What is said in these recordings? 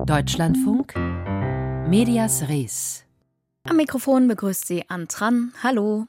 Deutschlandfunk, Medias Res. Am Mikrofon begrüßt sie Ann Tran. Hallo.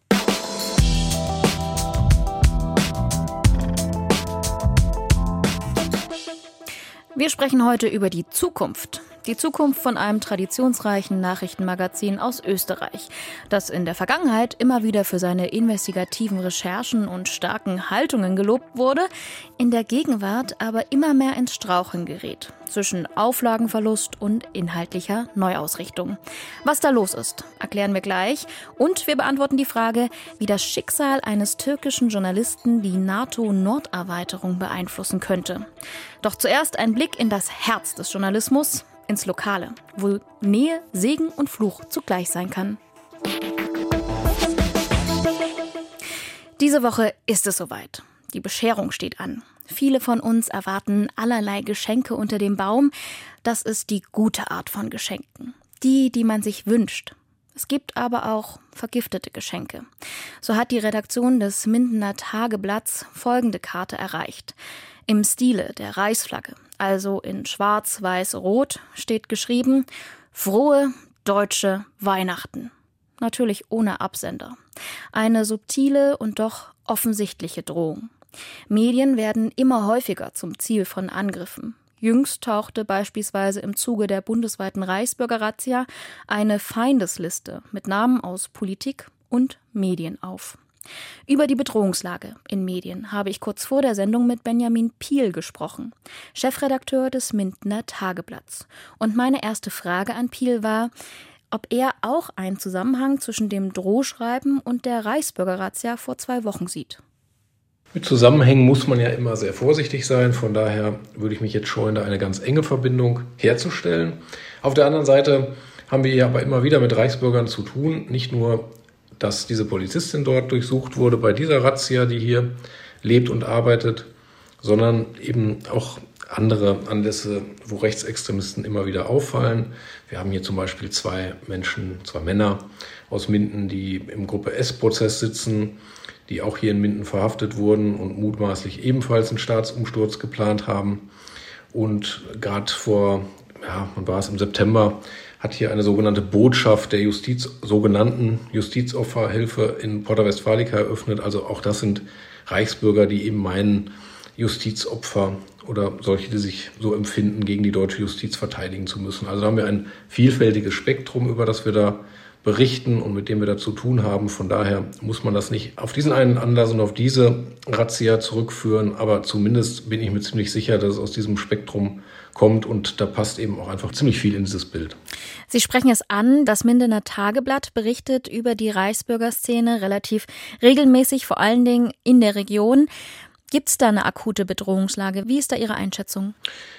Wir sprechen heute über die Zukunft. Die Zukunft von einem traditionsreichen Nachrichtenmagazin aus Österreich, das in der Vergangenheit immer wieder für seine investigativen Recherchen und starken Haltungen gelobt wurde, in der Gegenwart aber immer mehr ins Straucheln gerät, zwischen Auflagenverlust und inhaltlicher Neuausrichtung. Was da los ist, erklären wir gleich. Und wir beantworten die Frage, wie das Schicksal eines türkischen Journalisten die NATO-Norderweiterung beeinflussen könnte. Doch zuerst ein Blick in das Herz des Journalismus, ins Lokale, wo Nähe, Segen und Fluch zugleich sein kann. Diese Woche ist es soweit. Die Bescherung steht an. Viele von uns erwarten allerlei Geschenke unter dem Baum. Das ist die gute Art von Geschenken. Die man sich wünscht. Es gibt aber auch vergiftete Geschenke. So hat die Redaktion des Mindener Tageblatts folgende Karte erreicht. Im Stile der Reichsflagge, also in Schwarz-Weiß-Rot, steht geschrieben: Frohe deutsche Weihnachten. Natürlich ohne Absender. Eine subtile und doch offensichtliche Drohung. Medien werden immer häufiger zum Ziel von Angriffen. Jüngst tauchte beispielsweise im Zuge der bundesweiten Reichsbürger-Razzia eine Feindesliste mit Namen aus Politik und Medien auf. Über die Bedrohungslage in Medien habe ich kurz vor der Sendung mit Benjamin Piel gesprochen, Chefredakteur des Mindener Tageblatts. Und meine erste Frage an Piel war, ob er auch einen Zusammenhang zwischen dem Drohschreiben und der Reichsbürger-Razzia vor 2 Wochen sieht. Mit Zusammenhängen muss man ja immer sehr vorsichtig sein. Von daher würde ich mich jetzt scheuen, da eine ganz enge Verbindung herzustellen. Auf der anderen Seite haben wir ja aber immer wieder mit Reichsbürgern zu tun. Nicht nur, dass diese Polizistin dort durchsucht wurde bei dieser Razzia, die hier lebt und arbeitet, sondern eben auch andere Anlässe, wo Rechtsextremisten immer wieder auffallen. Wir haben hier zum Beispiel 2 Männer aus Minden, die im Gruppe S-Prozess sitzen, die auch hier in Minden verhaftet wurden und mutmaßlich ebenfalls einen Staatsumsturz geplant haben. Und gerade wann war es, im September, hat hier eine sogenannte Botschaft der sogenannten Justizopferhilfe in Porta Westfalica eröffnet. Also auch das sind Reichsbürger, die eben meinen, Justizopfer oder solche, die sich so empfinden, gegen die deutsche Justiz verteidigen zu müssen. Also da haben wir ein vielfältiges Spektrum, über das wir da berichten und mit dem wir da zu tun haben. Von daher muss man das nicht auf diesen einen Anlass und auf diese Razzia zurückführen. Aber zumindest bin ich mir ziemlich sicher, dass es aus diesem Spektrum kommt. Und da passt eben auch einfach ziemlich viel in dieses Bild. Sie sprechen es an, das Mindener Tageblatt berichtet über die Reichsbürgerszene relativ regelmäßig, vor allen Dingen in der Region. Gibt es da eine akute Bedrohungslage? Wie ist da Ihre Einschätzung?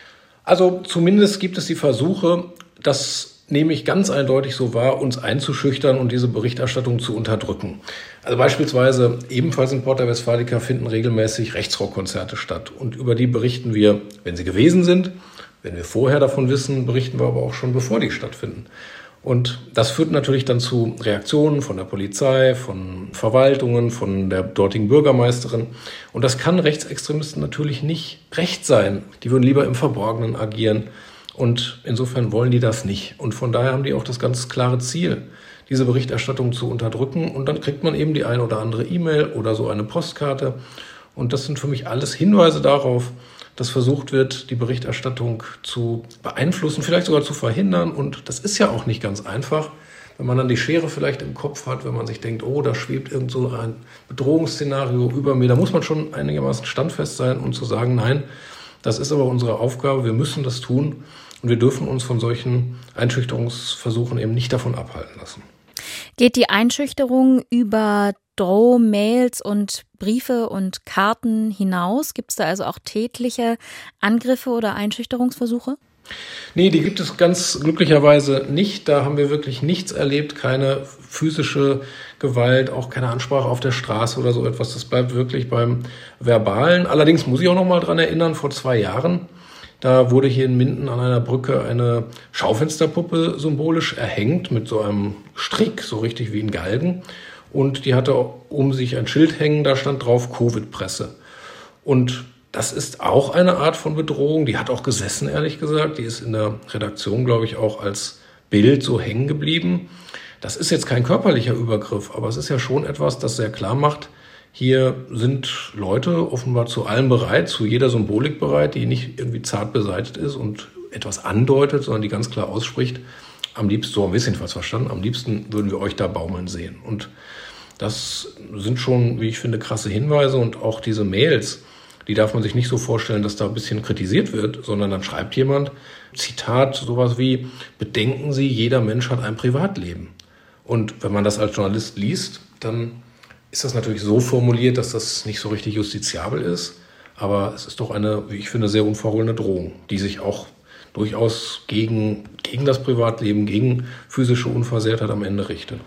Also zumindest gibt es die Versuche, das nehme ich ganz eindeutig so wahr, uns einzuschüchtern und diese Berichterstattung zu unterdrücken. Also beispielsweise ebenfalls in Porta Westfalica finden regelmäßig Rechtsrockkonzerte statt. Und über die berichten wir, wenn sie gewesen sind. Wenn wir vorher davon wissen, berichten wir aber auch schon, bevor die stattfinden. Und das führt natürlich dann zu Reaktionen von der Polizei, von Verwaltungen, von der dortigen Bürgermeisterin. Und das kann Rechtsextremisten natürlich nicht recht sein. Die würden lieber im Verborgenen agieren. Und insofern wollen die das nicht. Und von daher haben die auch das ganz klare Ziel, diese Berichterstattung zu unterdrücken. Und dann kriegt man eben die eine oder andere E-Mail oder so eine Postkarte. Und das sind für mich alles Hinweise darauf, dass versucht wird, die Berichterstattung zu beeinflussen, vielleicht sogar zu verhindern. Und das ist ja auch nicht ganz einfach, wenn man dann die Schere vielleicht im Kopf hat, wenn man sich denkt, oh, da schwebt irgend so ein Bedrohungsszenario über mir. Da muss man schon einigermaßen standfest sein und zu sagen, nein, das ist aber unsere Aufgabe, wir müssen das tun. Und wir dürfen uns von solchen Einschüchterungsversuchen eben nicht davon abhalten lassen. Geht die Einschüchterung über Drohmails und Briefe und Karten hinaus? Gibt es da also auch tätliche Angriffe oder Einschüchterungsversuche? Nee, die gibt es ganz glücklicherweise nicht. Da haben wir wirklich nichts erlebt, keine physische Gewalt, auch keine Ansprache auf der Straße oder so etwas. Das bleibt wirklich beim Verbalen. Allerdings muss ich auch noch mal dran erinnern, vor 2 Jahren, da wurde hier in Minden an einer Brücke eine Schaufensterpuppe symbolisch erhängt mit so einem Strick, so richtig wie ein Galgen. Und die hatte um sich ein Schild hängen, da stand drauf Covid-Presse. Und Das ist auch eine Art von Bedrohung. Die hat auch gesessen, ehrlich gesagt. Die ist in der Redaktion, glaube ich, auch als Bild so hängen geblieben. Das ist jetzt kein körperlicher Übergriff, aber es ist ja schon etwas, das sehr klar macht, hier sind Leute offenbar zu allem bereit, zu jeder Symbolik bereit, die nicht irgendwie zart beseitigt ist und etwas andeutet, sondern die ganz klar ausspricht, am liebsten, so haben wir es jedenfalls verstanden, am liebsten würden wir euch da baumeln sehen. Und das sind schon, wie ich finde, krasse Hinweise, und auch diese Mails, die darf man sich nicht so vorstellen, dass da ein bisschen kritisiert wird, sondern dann schreibt jemand, Zitat, sowas wie, bedenken Sie, jeder Mensch hat ein Privatleben. Und wenn man das als Journalist liest, dann ist das natürlich so formuliert, dass das nicht so richtig justiziabel ist. Aber es ist doch eine, wie ich finde, sehr unverhohlene Drohung, die sich auch durchaus gegen das Privatleben, gegen physische Unversehrtheit am Ende richtet.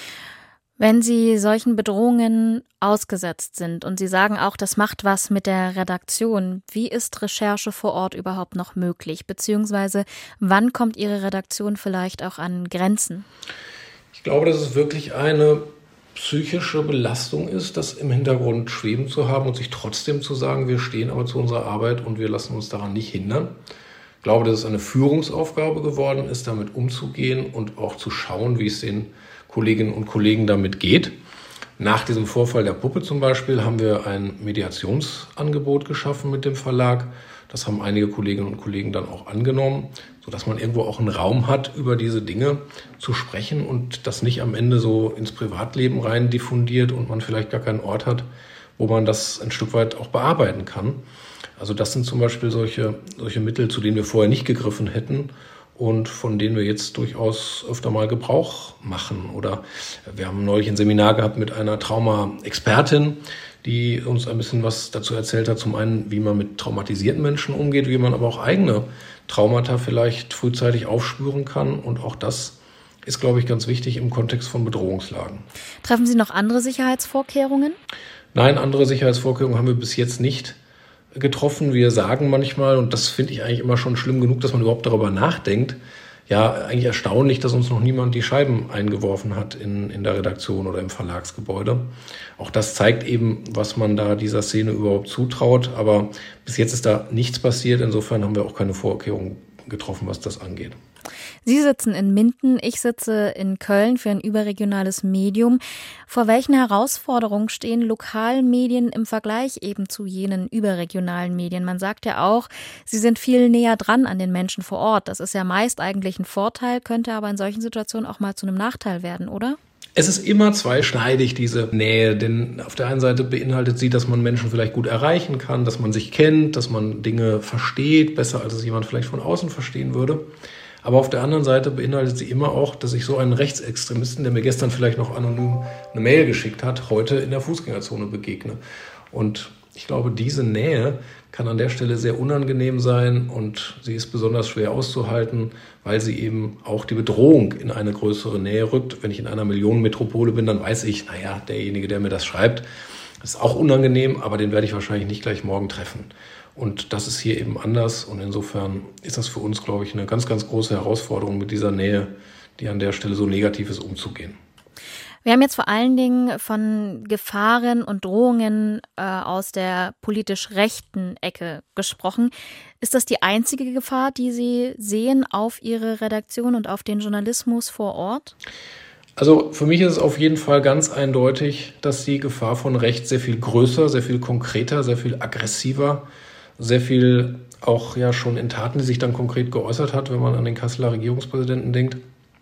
Wenn Sie solchen Bedrohungen ausgesetzt sind und Sie sagen auch, das macht was mit der Redaktion, wie ist Recherche vor Ort überhaupt noch möglich? Beziehungsweise wann kommt Ihre Redaktion vielleicht auch an Grenzen? Ich glaube, dass es wirklich eine psychische Belastung ist, das im Hintergrund schweben zu haben und sich trotzdem zu sagen, wir stehen aber zu unserer Arbeit und wir lassen uns daran nicht hindern. Ich glaube, dass es eine Führungsaufgabe geworden ist, damit umzugehen und auch zu schauen, wie es den Kolleginnen und Kollegen damit geht. Nach diesem Vorfall der Puppe zum Beispiel haben wir ein Mediationsangebot geschaffen mit dem Verlag. Das haben einige Kolleginnen und Kollegen dann auch angenommen, sodass man irgendwo auch einen Raum hat, über diese Dinge zu sprechen und das nicht am Ende so ins Privatleben rein diffundiert und man vielleicht gar keinen Ort hat, wo man das ein Stück weit auch bearbeiten kann. Also das sind zum Beispiel solche Mittel, zu denen wir vorher nicht gegriffen hätten und von denen wir jetzt durchaus öfter mal Gebrauch machen. Oder wir haben neulich ein Seminar gehabt mit einer Trauma-Expertin, die uns ein bisschen was dazu erzählt hat. Zum einen, wie man mit traumatisierten Menschen umgeht, wie man aber auch eigene Traumata vielleicht frühzeitig aufspüren kann. Und auch das ist, glaube ich, ganz wichtig im Kontext von Bedrohungslagen. Treffen Sie noch andere Sicherheitsvorkehrungen? Nein, andere Sicherheitsvorkehrungen haben wir bis jetzt nicht getroffen. Wir sagen manchmal, und das finde ich eigentlich immer schon schlimm genug, dass man überhaupt darüber nachdenkt, ja, eigentlich erstaunlich, dass uns noch niemand die Scheiben eingeworfen hat in der Redaktion oder im Verlagsgebäude. Auch das zeigt eben, was man da dieser Szene überhaupt zutraut. Aber bis jetzt ist da nichts passiert. Insofern haben wir auch keine Vorkehrungen getroffen, was das angeht. Sie sitzen in Minden, ich sitze in Köln für ein überregionales Medium. Vor welchen Herausforderungen stehen Lokalmedien im Vergleich eben zu jenen überregionalen Medien? Man sagt ja auch, sie sind viel näher dran an den Menschen vor Ort. Das ist ja meist eigentlich ein Vorteil, könnte aber in solchen Situationen auch mal zu einem Nachteil werden, oder? Es ist immer zweischneidig, diese Nähe, denn auf der einen Seite beinhaltet sie, dass man Menschen vielleicht gut erreichen kann, dass man sich kennt, dass man Dinge versteht, besser als es jemand vielleicht von außen verstehen würde. Aber auf der anderen Seite beinhaltet sie immer auch, dass ich so einen Rechtsextremisten, der mir gestern vielleicht noch anonym eine Mail geschickt hat, heute in der Fußgängerzone begegne. Und ich glaube, diese Nähe kann an der Stelle sehr unangenehm sein und sie ist besonders schwer auszuhalten, weil sie eben auch die Bedrohung in eine größere Nähe rückt. Wenn ich in einer Millionenmetropole bin, dann weiß ich, naja, derjenige, der mir das schreibt, ist auch unangenehm, aber den werde ich wahrscheinlich nicht gleich morgen treffen. Und das ist hier eben anders und insofern ist das für uns, glaube ich, eine ganz, ganz große Herausforderung, mit dieser Nähe, die an der Stelle so negativ ist, umzugehen. Wir haben jetzt vor allen Dingen von Gefahren und Drohungen aus der politisch rechten Ecke gesprochen. Ist das die einzige Gefahr, die Sie sehen auf Ihre Redaktion und auf den Journalismus vor Ort? Also für mich ist es auf jeden Fall ganz eindeutig, dass die Gefahr von rechts sehr viel größer, sehr viel konkreter, sehr viel aggressiver, sehr viel auch ja schon in Taten, die sich dann konkret geäußert hat, wenn man an den Kasseler Regierungspräsidenten denkt.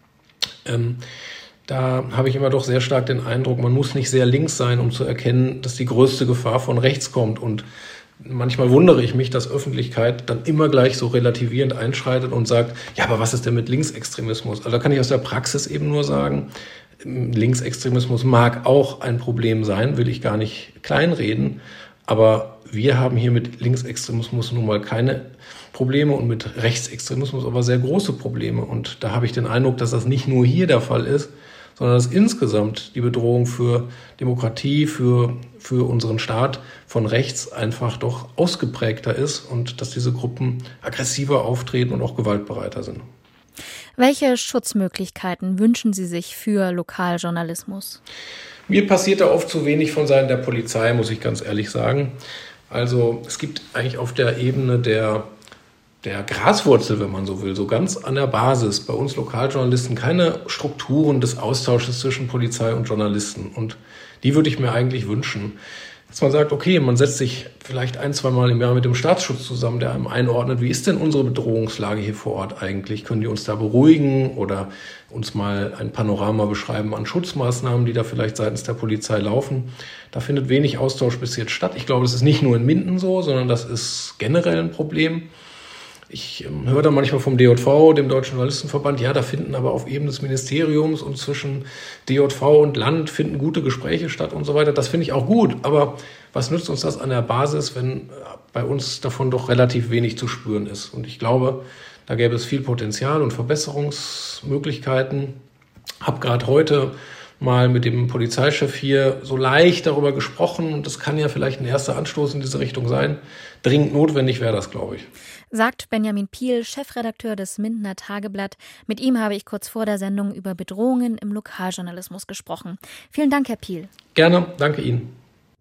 Da habe ich immer doch sehr stark den Eindruck, man muss nicht sehr links sein, um zu erkennen, dass die größte Gefahr von rechts kommt. Und manchmal wundere ich mich, dass Öffentlichkeit dann immer gleich so relativierend einschreitet und sagt, ja, aber was ist denn mit Linksextremismus? Also da kann ich aus der Praxis eben nur sagen, Linksextremismus mag auch ein Problem sein, will ich gar nicht kleinreden, aber wir haben hier mit Linksextremismus nun mal keine Probleme und mit Rechtsextremismus aber sehr große Probleme. Und da habe ich den Eindruck, dass das nicht nur hier der Fall ist, sondern dass insgesamt die Bedrohung für Demokratie, für unseren Staat von rechts einfach doch ausgeprägter ist und dass diese Gruppen aggressiver auftreten und auch gewaltbereiter sind. Welche Schutzmöglichkeiten wünschen Sie sich für Lokaljournalismus? Mir passiert da oft zu wenig von Seiten der Polizei, muss ich ganz ehrlich sagen. Also es gibt eigentlich auf der Ebene der Graswurzel, wenn man so will, so ganz an der Basis bei uns Lokaljournalisten keine Strukturen des Austausches zwischen Polizei und Journalisten. Und die würde ich mir eigentlich wünschen. Dass man sagt, okay, man setzt sich vielleicht 1-2 Mal im Jahr mit dem Staatsschutz zusammen, der einem einordnet, wie ist denn unsere Bedrohungslage hier vor Ort eigentlich? Können die uns da beruhigen oder uns mal ein Panorama beschreiben an Schutzmaßnahmen, die da vielleicht seitens der Polizei laufen? Da findet wenig Austausch bis jetzt statt. Ich glaube, das ist nicht nur in Minden so, sondern das ist generell ein Problem. Ich höre da manchmal vom DJV, dem Deutschen Journalistenverband, ja, da finden aber auf Ebene des Ministeriums und zwischen DJV und Land finden gute Gespräche statt und so weiter. Das finde ich auch gut, aber was nützt uns das an der Basis, wenn bei uns davon doch relativ wenig zu spüren ist? Und ich glaube, da gäbe es viel Potenzial und Verbesserungsmöglichkeiten. Habe gerade heute mal mit dem Polizeichef hier so leicht darüber gesprochen und das kann ja vielleicht ein erster Anstoß in diese Richtung sein. Dringend notwendig wäre das, glaube ich. Sagt Benjamin Piel, Chefredakteur des Mindener Tageblatt. Mit ihm habe ich kurz vor der Sendung über Bedrohungen im Lokaljournalismus gesprochen. Vielen Dank, Herr Piel. Gerne, danke Ihnen.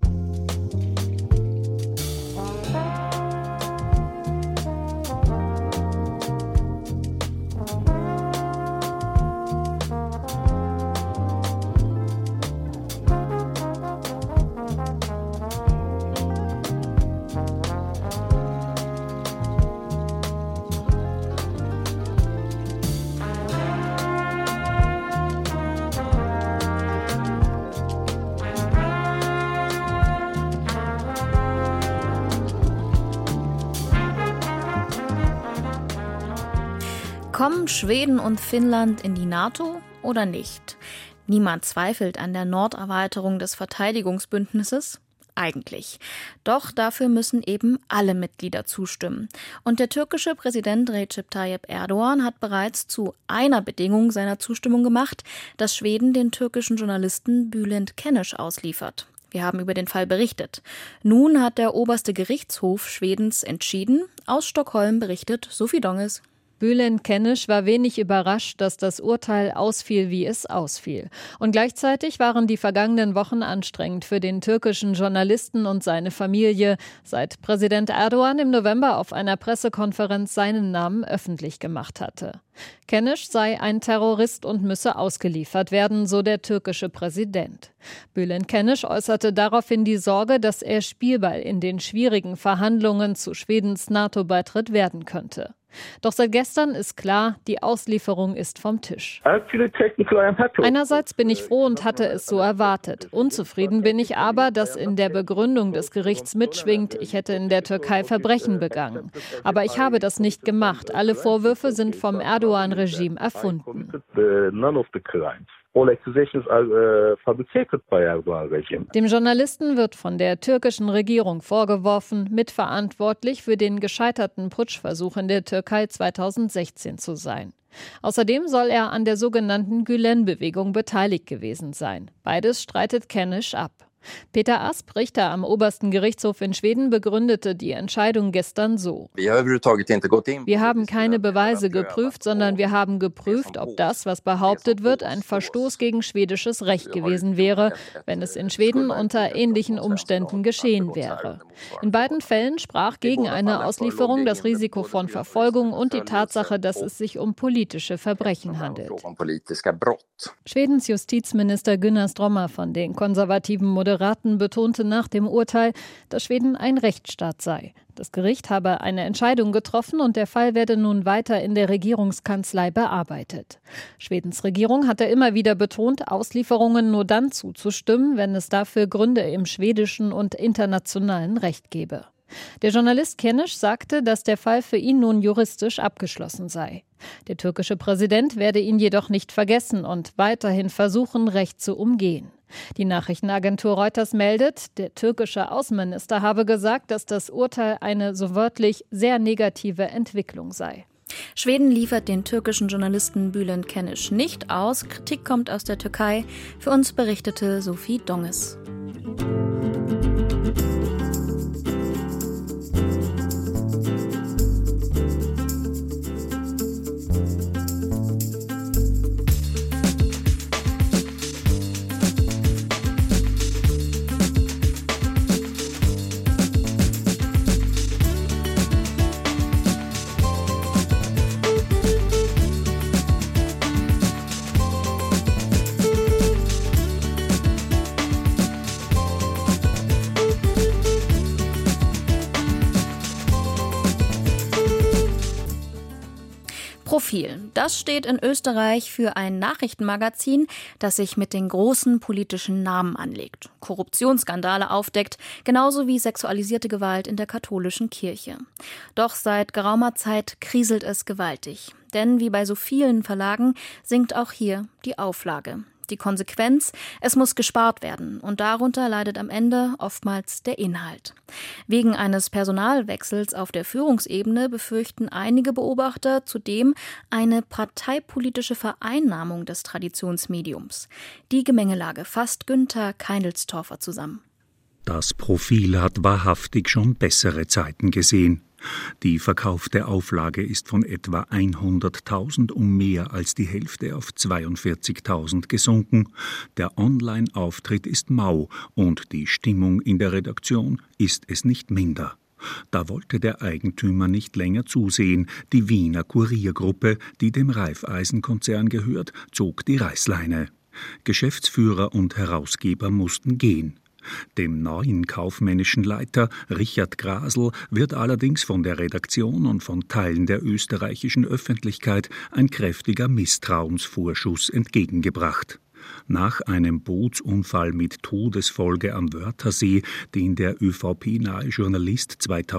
Kommen Schweden und Finnland in die NATO oder nicht? Niemand zweifelt an der Norderweiterung des Verteidigungsbündnisses. Eigentlich. Doch dafür müssen eben alle Mitglieder zustimmen. Und der türkische Präsident Recep Tayyip Erdogan hat bereits zu einer Bedingung seiner Zustimmung gemacht, dass Schweden den türkischen Journalisten Bülent Känisch ausliefert. Wir haben über den Fall berichtet. Nun hat der oberste Gerichtshof Schwedens entschieden. Aus Stockholm berichtet Sophie Donges. Bülent Känisch war wenig überrascht, dass das Urteil ausfiel, wie es ausfiel. Und gleichzeitig waren die vergangenen Wochen anstrengend für den türkischen Journalisten und seine Familie, seit Präsident Erdogan im November auf einer Pressekonferenz seinen Namen öffentlich gemacht hatte. Känisch sei ein Terrorist und müsse ausgeliefert werden, so der türkische Präsident. Bülent Känisch äußerte daraufhin die Sorge, dass er Spielball in den schwierigen Verhandlungen zu Schwedens NATO-Beitritt werden könnte. Doch seit gestern ist klar, die Auslieferung ist vom Tisch. Einerseits bin ich froh und hatte es so erwartet. Unzufrieden bin ich aber, dass in der Begründung des Gerichts mitschwingt, ich hätte in der Türkei Verbrechen begangen. Aber ich habe das nicht gemacht. Alle Vorwürfe sind vom Erdogan-Regime erfunden. Dem Journalisten wird von der türkischen Regierung vorgeworfen, mitverantwortlich für den gescheiterten Putschversuch in der Türkei 2016 zu sein. Außerdem soll er an der sogenannten Gülen-Bewegung beteiligt gewesen sein. Beides streitet Känisch ab. Peter Asp, Richter am obersten Gerichtshof in Schweden, begründete die Entscheidung gestern so: Wir haben keine Beweise geprüft, sondern wir haben geprüft, ob das, was behauptet wird, ein Verstoß gegen schwedisches Recht gewesen wäre, wenn es in Schweden unter ähnlichen Umständen geschehen wäre. In beiden Fällen sprach gegen eine Auslieferung das Risiko von Verfolgung und die Tatsache, dass es sich um politische Verbrechen handelt. Schwedens Justizminister Gunnar Strömmer von den konservativen Moderaten betonte nach dem Urteil, dass Schweden ein Rechtsstaat sei. Das Gericht habe eine Entscheidung getroffen und der Fall werde nun weiter in der Regierungskanzlei bearbeitet. Schwedens Regierung hatte immer wieder betont, Auslieferungen nur dann zuzustimmen, wenn es dafür Gründe im schwedischen und internationalen Recht gebe. Der Journalist Känisch sagte, dass der Fall für ihn nun juristisch abgeschlossen sei. Der türkische Präsident werde ihn jedoch nicht vergessen und weiterhin versuchen, Recht zu umgehen. Die Nachrichtenagentur Reuters meldet, der türkische Außenminister habe gesagt, dass das Urteil eine so wörtlich sehr negative Entwicklung sei. Schweden liefert den türkischen Journalisten Bülent Känisch nicht aus. Kritik kommt aus der Türkei. Für uns berichtete Sophie Donges. Profil, das steht in Österreich für ein Nachrichtenmagazin, das sich mit den großen politischen Namen anlegt, Korruptionsskandale aufdeckt, genauso wie sexualisierte Gewalt in der katholischen Kirche. Doch seit geraumer Zeit kriselt es gewaltig. Denn wie bei so vielen Verlagen sinkt auch hier die Auflage. Die Konsequenz, es muss gespart werden und darunter leidet am Ende oftmals der Inhalt. Wegen eines Personalwechsels auf der Führungsebene befürchten einige Beobachter zudem eine parteipolitische Vereinnahmung des Traditionsmediums. Die Gemengelage fasst Günther Keindelstorfer zusammen. Das Profil hat wahrhaftig schon bessere Zeiten gesehen. Die verkaufte Auflage ist von etwa 100.000 um mehr als die Hälfte auf 42.000 gesunken. Der Online-Auftritt ist mau und die Stimmung in der Redaktion ist es nicht minder. Da wollte der Eigentümer nicht länger zusehen. Die Wiener Kuriergruppe, die dem Raiffeisen-Konzern gehört, zog die Reißleine. Geschäftsführer und Herausgeber mussten gehen. Dem neuen kaufmännischen Leiter Richard Grasl wird allerdings von der Redaktion und von Teilen der österreichischen Öffentlichkeit ein kräftiger Misstrauensvorschuss entgegengebracht. Nach einem Bootsunfall mit Todesfolge am Wörthersee, den der ÖVP-nahe Journalist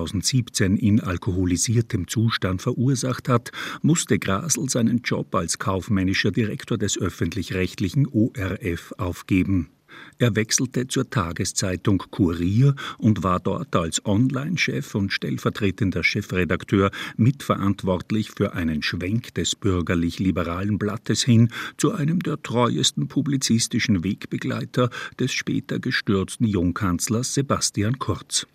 2017 in alkoholisiertem Zustand verursacht hat, musste Grasl seinen Job als kaufmännischer Direktor des öffentlich-rechtlichen ORF aufgeben. Er wechselte zur Tageszeitung Kurier und war dort als Online-Chef und stellvertretender Chefredakteur mitverantwortlich für einen Schwenk des bürgerlich-liberalen Blattes hin zu einem der treuesten publizistischen Wegbegleiter des später gestürzten Jungkanzlers Sebastian Kurz.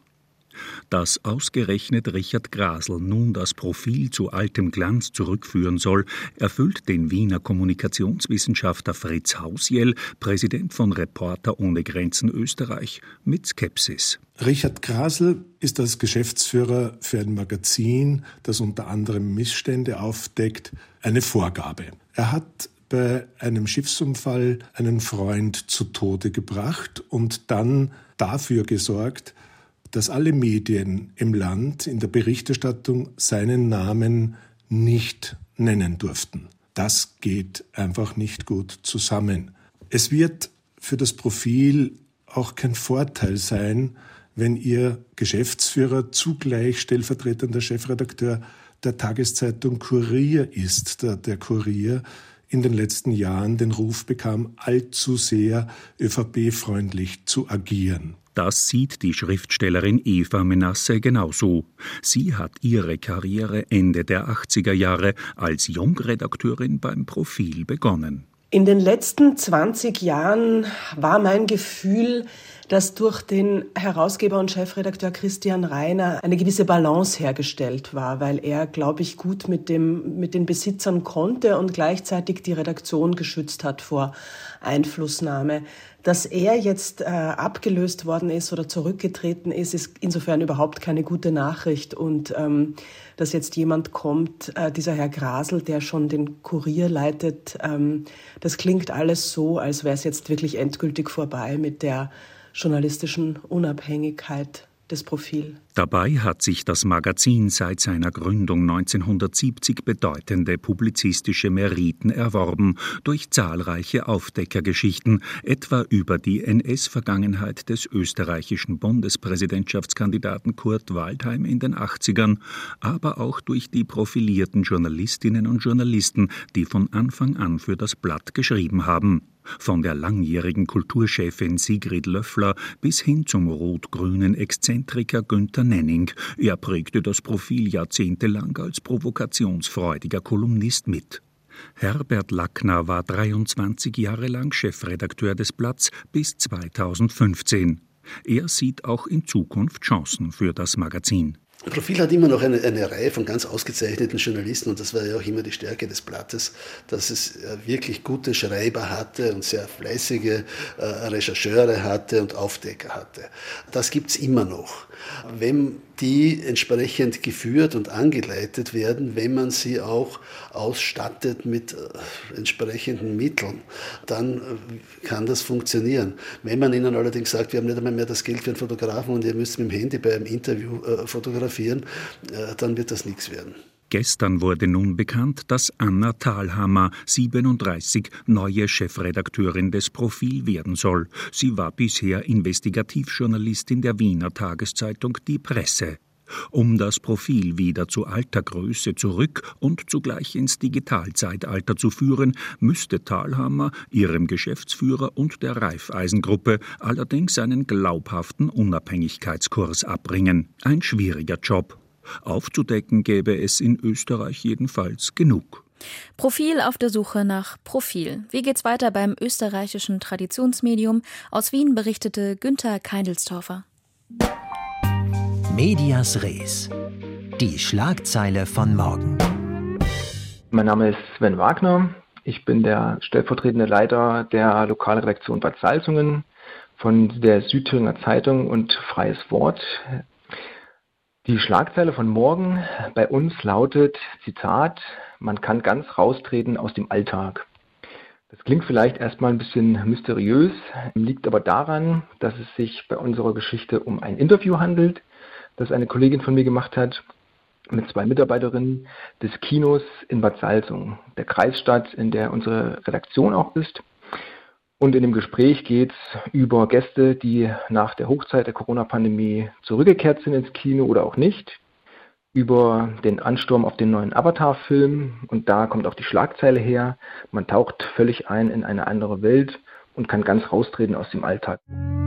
Dass ausgerechnet Richard Grasl nun das Profil zu altem Glanz zurückführen soll, erfüllt den Wiener Kommunikationswissenschaftler Fritz Hausjell, Präsident von Reporter ohne Grenzen Österreich, mit Skepsis. Richard Grasl ist als Geschäftsführer für ein Magazin, das unter anderem Missstände aufdeckt, eine Vorgabe. Er hat bei einem Schiffsunfall einen Freund zu Tode gebracht und dann dafür gesorgt, dass alle Medien im Land in der Berichterstattung seinen Namen nicht nennen durften. Das geht einfach nicht gut zusammen. Es wird für das Profil auch kein Vorteil sein, wenn Ihr Geschäftsführer zugleich stellvertretender Chefredakteur der Tageszeitung Kurier ist, der Kurier in den letzten Jahren den Ruf bekam, allzu sehr ÖVP-freundlich zu agieren. Das sieht die Schriftstellerin Eva Menasse genauso. Sie hat ihre Karriere Ende der 80er Jahre als Jungredakteurin beim Profil begonnen. In den letzten 20 Jahren war mein Gefühl, dass durch den Herausgeber und Chefredakteur Christian Reiner eine gewisse Balance hergestellt war, weil er, glaube ich, gut mit den Besitzern konnte und gleichzeitig die Redaktion geschützt hat vor Einflussnahme. Dass er jetzt abgelöst worden ist oder zurückgetreten ist, ist insofern überhaupt keine gute Nachricht. Und dass jetzt jemand kommt, dieser Herr Grasl, der schon den Kurier leitet, das klingt alles so, als wäre es jetzt wirklich endgültig vorbei mit der journalistischen Unabhängigkeit des Profil. Dabei hat sich das Magazin seit seiner Gründung 1970 bedeutende publizistische Meriten erworben durch zahlreiche Aufdeckergeschichten, etwa über die NS-Vergangenheit des österreichischen Bundespräsidentschaftskandidaten Kurt Waldheim in den 80ern, aber auch durch die profilierten Journalistinnen und Journalisten, die von Anfang an für das Blatt geschrieben haben. Von der langjährigen Kulturchefin Sigrid Löffler bis hin zum rot-grünen Exzentriker Günther Nenning. Er prägte das Profil jahrzehntelang als provokationsfreudiger Kolumnist mit. Herbert Lackner war 23 Jahre lang Chefredakteur des Blatts bis 2015. Er sieht auch in Zukunft Chancen für das Magazin. Profil hat immer noch eine Reihe von ganz ausgezeichneten Journalisten und das war ja auch immer die Stärke des Blattes, dass es wirklich gute Schreiber hatte und sehr fleißige Rechercheure hatte und Aufdecker hatte. Das gibt's immer noch. Wenn die entsprechend geführt und angeleitet werden, wenn man sie auch ausstattet mit entsprechenden Mitteln, dann kann das funktionieren. Wenn man ihnen allerdings sagt, wir haben nicht einmal mehr das Geld für einen Fotografen und ihr müsst mit dem Handy bei einem Interview fotografieren, dann wird das nichts werden. Gestern wurde nun bekannt, dass Anna Thalhammer, 37, neue Chefredakteurin des Profil werden soll. Sie war bisher Investigativjournalistin der Wiener Tageszeitung Die Presse. Um das Profil wieder zu alter Größe zurück und zugleich ins Digitalzeitalter zu führen, müsste Thalhammer ihrem Geschäftsführer und der Raiffeisen-Gruppe allerdings einen glaubhaften Unabhängigkeitskurs abbringen. Ein schwieriger Job. Aufzudecken gäbe es in Österreich jedenfalls genug. Profil auf der Suche nach Profil. Wie geht's weiter beim österreichischen Traditionsmedium? Aus Wien berichtete Günther Keindelstorfer. Medias Res. Die Schlagzeile von morgen. Mein Name ist Sven Wagner. Ich bin der stellvertretende Leiter der Lokalredaktion Bad Salzungen von der Südthüringer Zeitung und Freies Wort. Die Schlagzeile von morgen bei uns lautet, Zitat, man kann ganz raustreten aus dem Alltag. Das klingt vielleicht erstmal ein bisschen mysteriös, liegt aber daran, dass es sich bei unserer Geschichte um ein Interview handelt, das eine Kollegin von mir gemacht hat mit 2 Mitarbeiterinnen des Kinos in Bad Salzungen, der Kreisstadt, in der unsere Redaktion auch ist. Und in dem Gespräch geht es über Gäste, die nach der Hochzeit der Corona-Pandemie zurückgekehrt sind ins Kino oder auch nicht, über den Ansturm auf den neuen Avatar-Film. Und da kommt auch die Schlagzeile her, man taucht völlig ein in eine andere Welt und kann ganz raustreten aus dem Alltag.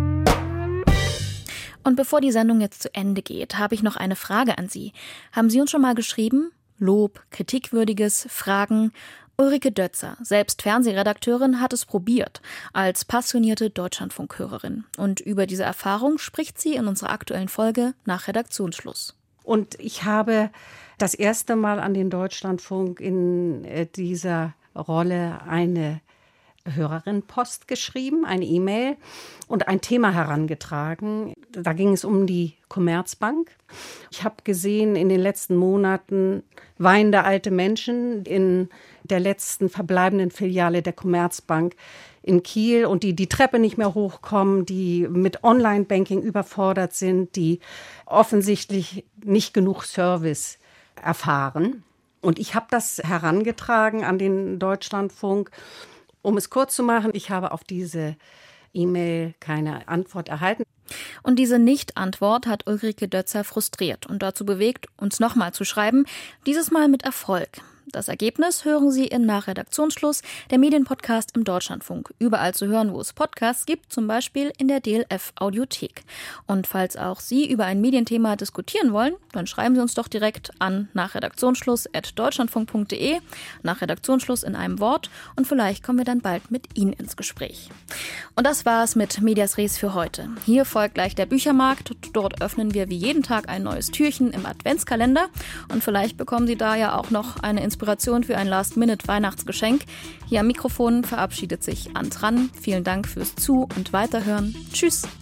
Und bevor die Sendung jetzt zu Ende geht, habe ich noch eine Frage an Sie. Haben Sie uns schon mal geschrieben? Lob, Kritikwürdiges, Fragen? Ulrike Dötzer, selbst Fernsehredakteurin, hat es probiert, als passionierte Deutschlandfunkhörerin. Und über diese Erfahrung spricht sie in unserer aktuellen Folge nach Redaktionsschluss. Und ich habe das erste Mal an den Deutschlandfunk in dieser Rolle eine Hörerin-Post geschrieben, eine E-Mail und ein Thema herangetragen. Da ging es um die Commerzbank. Ich habe gesehen, in den letzten Monaten weinende alte Menschen in der letzten verbleibenden Filiale der Commerzbank in Kiel und die Treppe nicht mehr hochkommen, die mit Online-Banking überfordert sind, die offensichtlich nicht genug Service erfahren. Und ich habe das herangetragen an den Deutschlandfunk. Um es kurz zu machen, ich habe auf diese E-Mail keine Antwort erhalten. Und diese Nicht-Antwort hat Ulrike Dötzer frustriert und dazu bewegt, uns nochmal zu schreiben, dieses Mal mit Erfolg. Das Ergebnis hören Sie in Nachredaktionsschluss, der Medienpodcast im Deutschlandfunk. Überall zu hören, wo es Podcasts gibt, zum Beispiel in der DLF-Audiothek. Und falls auch Sie über ein Medienthema diskutieren wollen, dann schreiben Sie uns doch direkt an nachredaktionsschluss@deutschlandfunk.de, Nachredaktionsschluss in einem Wort, und vielleicht kommen wir dann bald mit Ihnen ins Gespräch. Und das war's mit Medias Res für heute. Hier folgt gleich der Büchermarkt. Dort öffnen wir wie jeden Tag ein neues Türchen im Adventskalender. Und vielleicht bekommen Sie da ja auch noch eine Inspiration für ein Last-Minute-Weihnachtsgeschenk. Hier am Mikrofon verabschiedet sich Antran. Vielen Dank fürs Zu- und Weiterhören. Tschüss.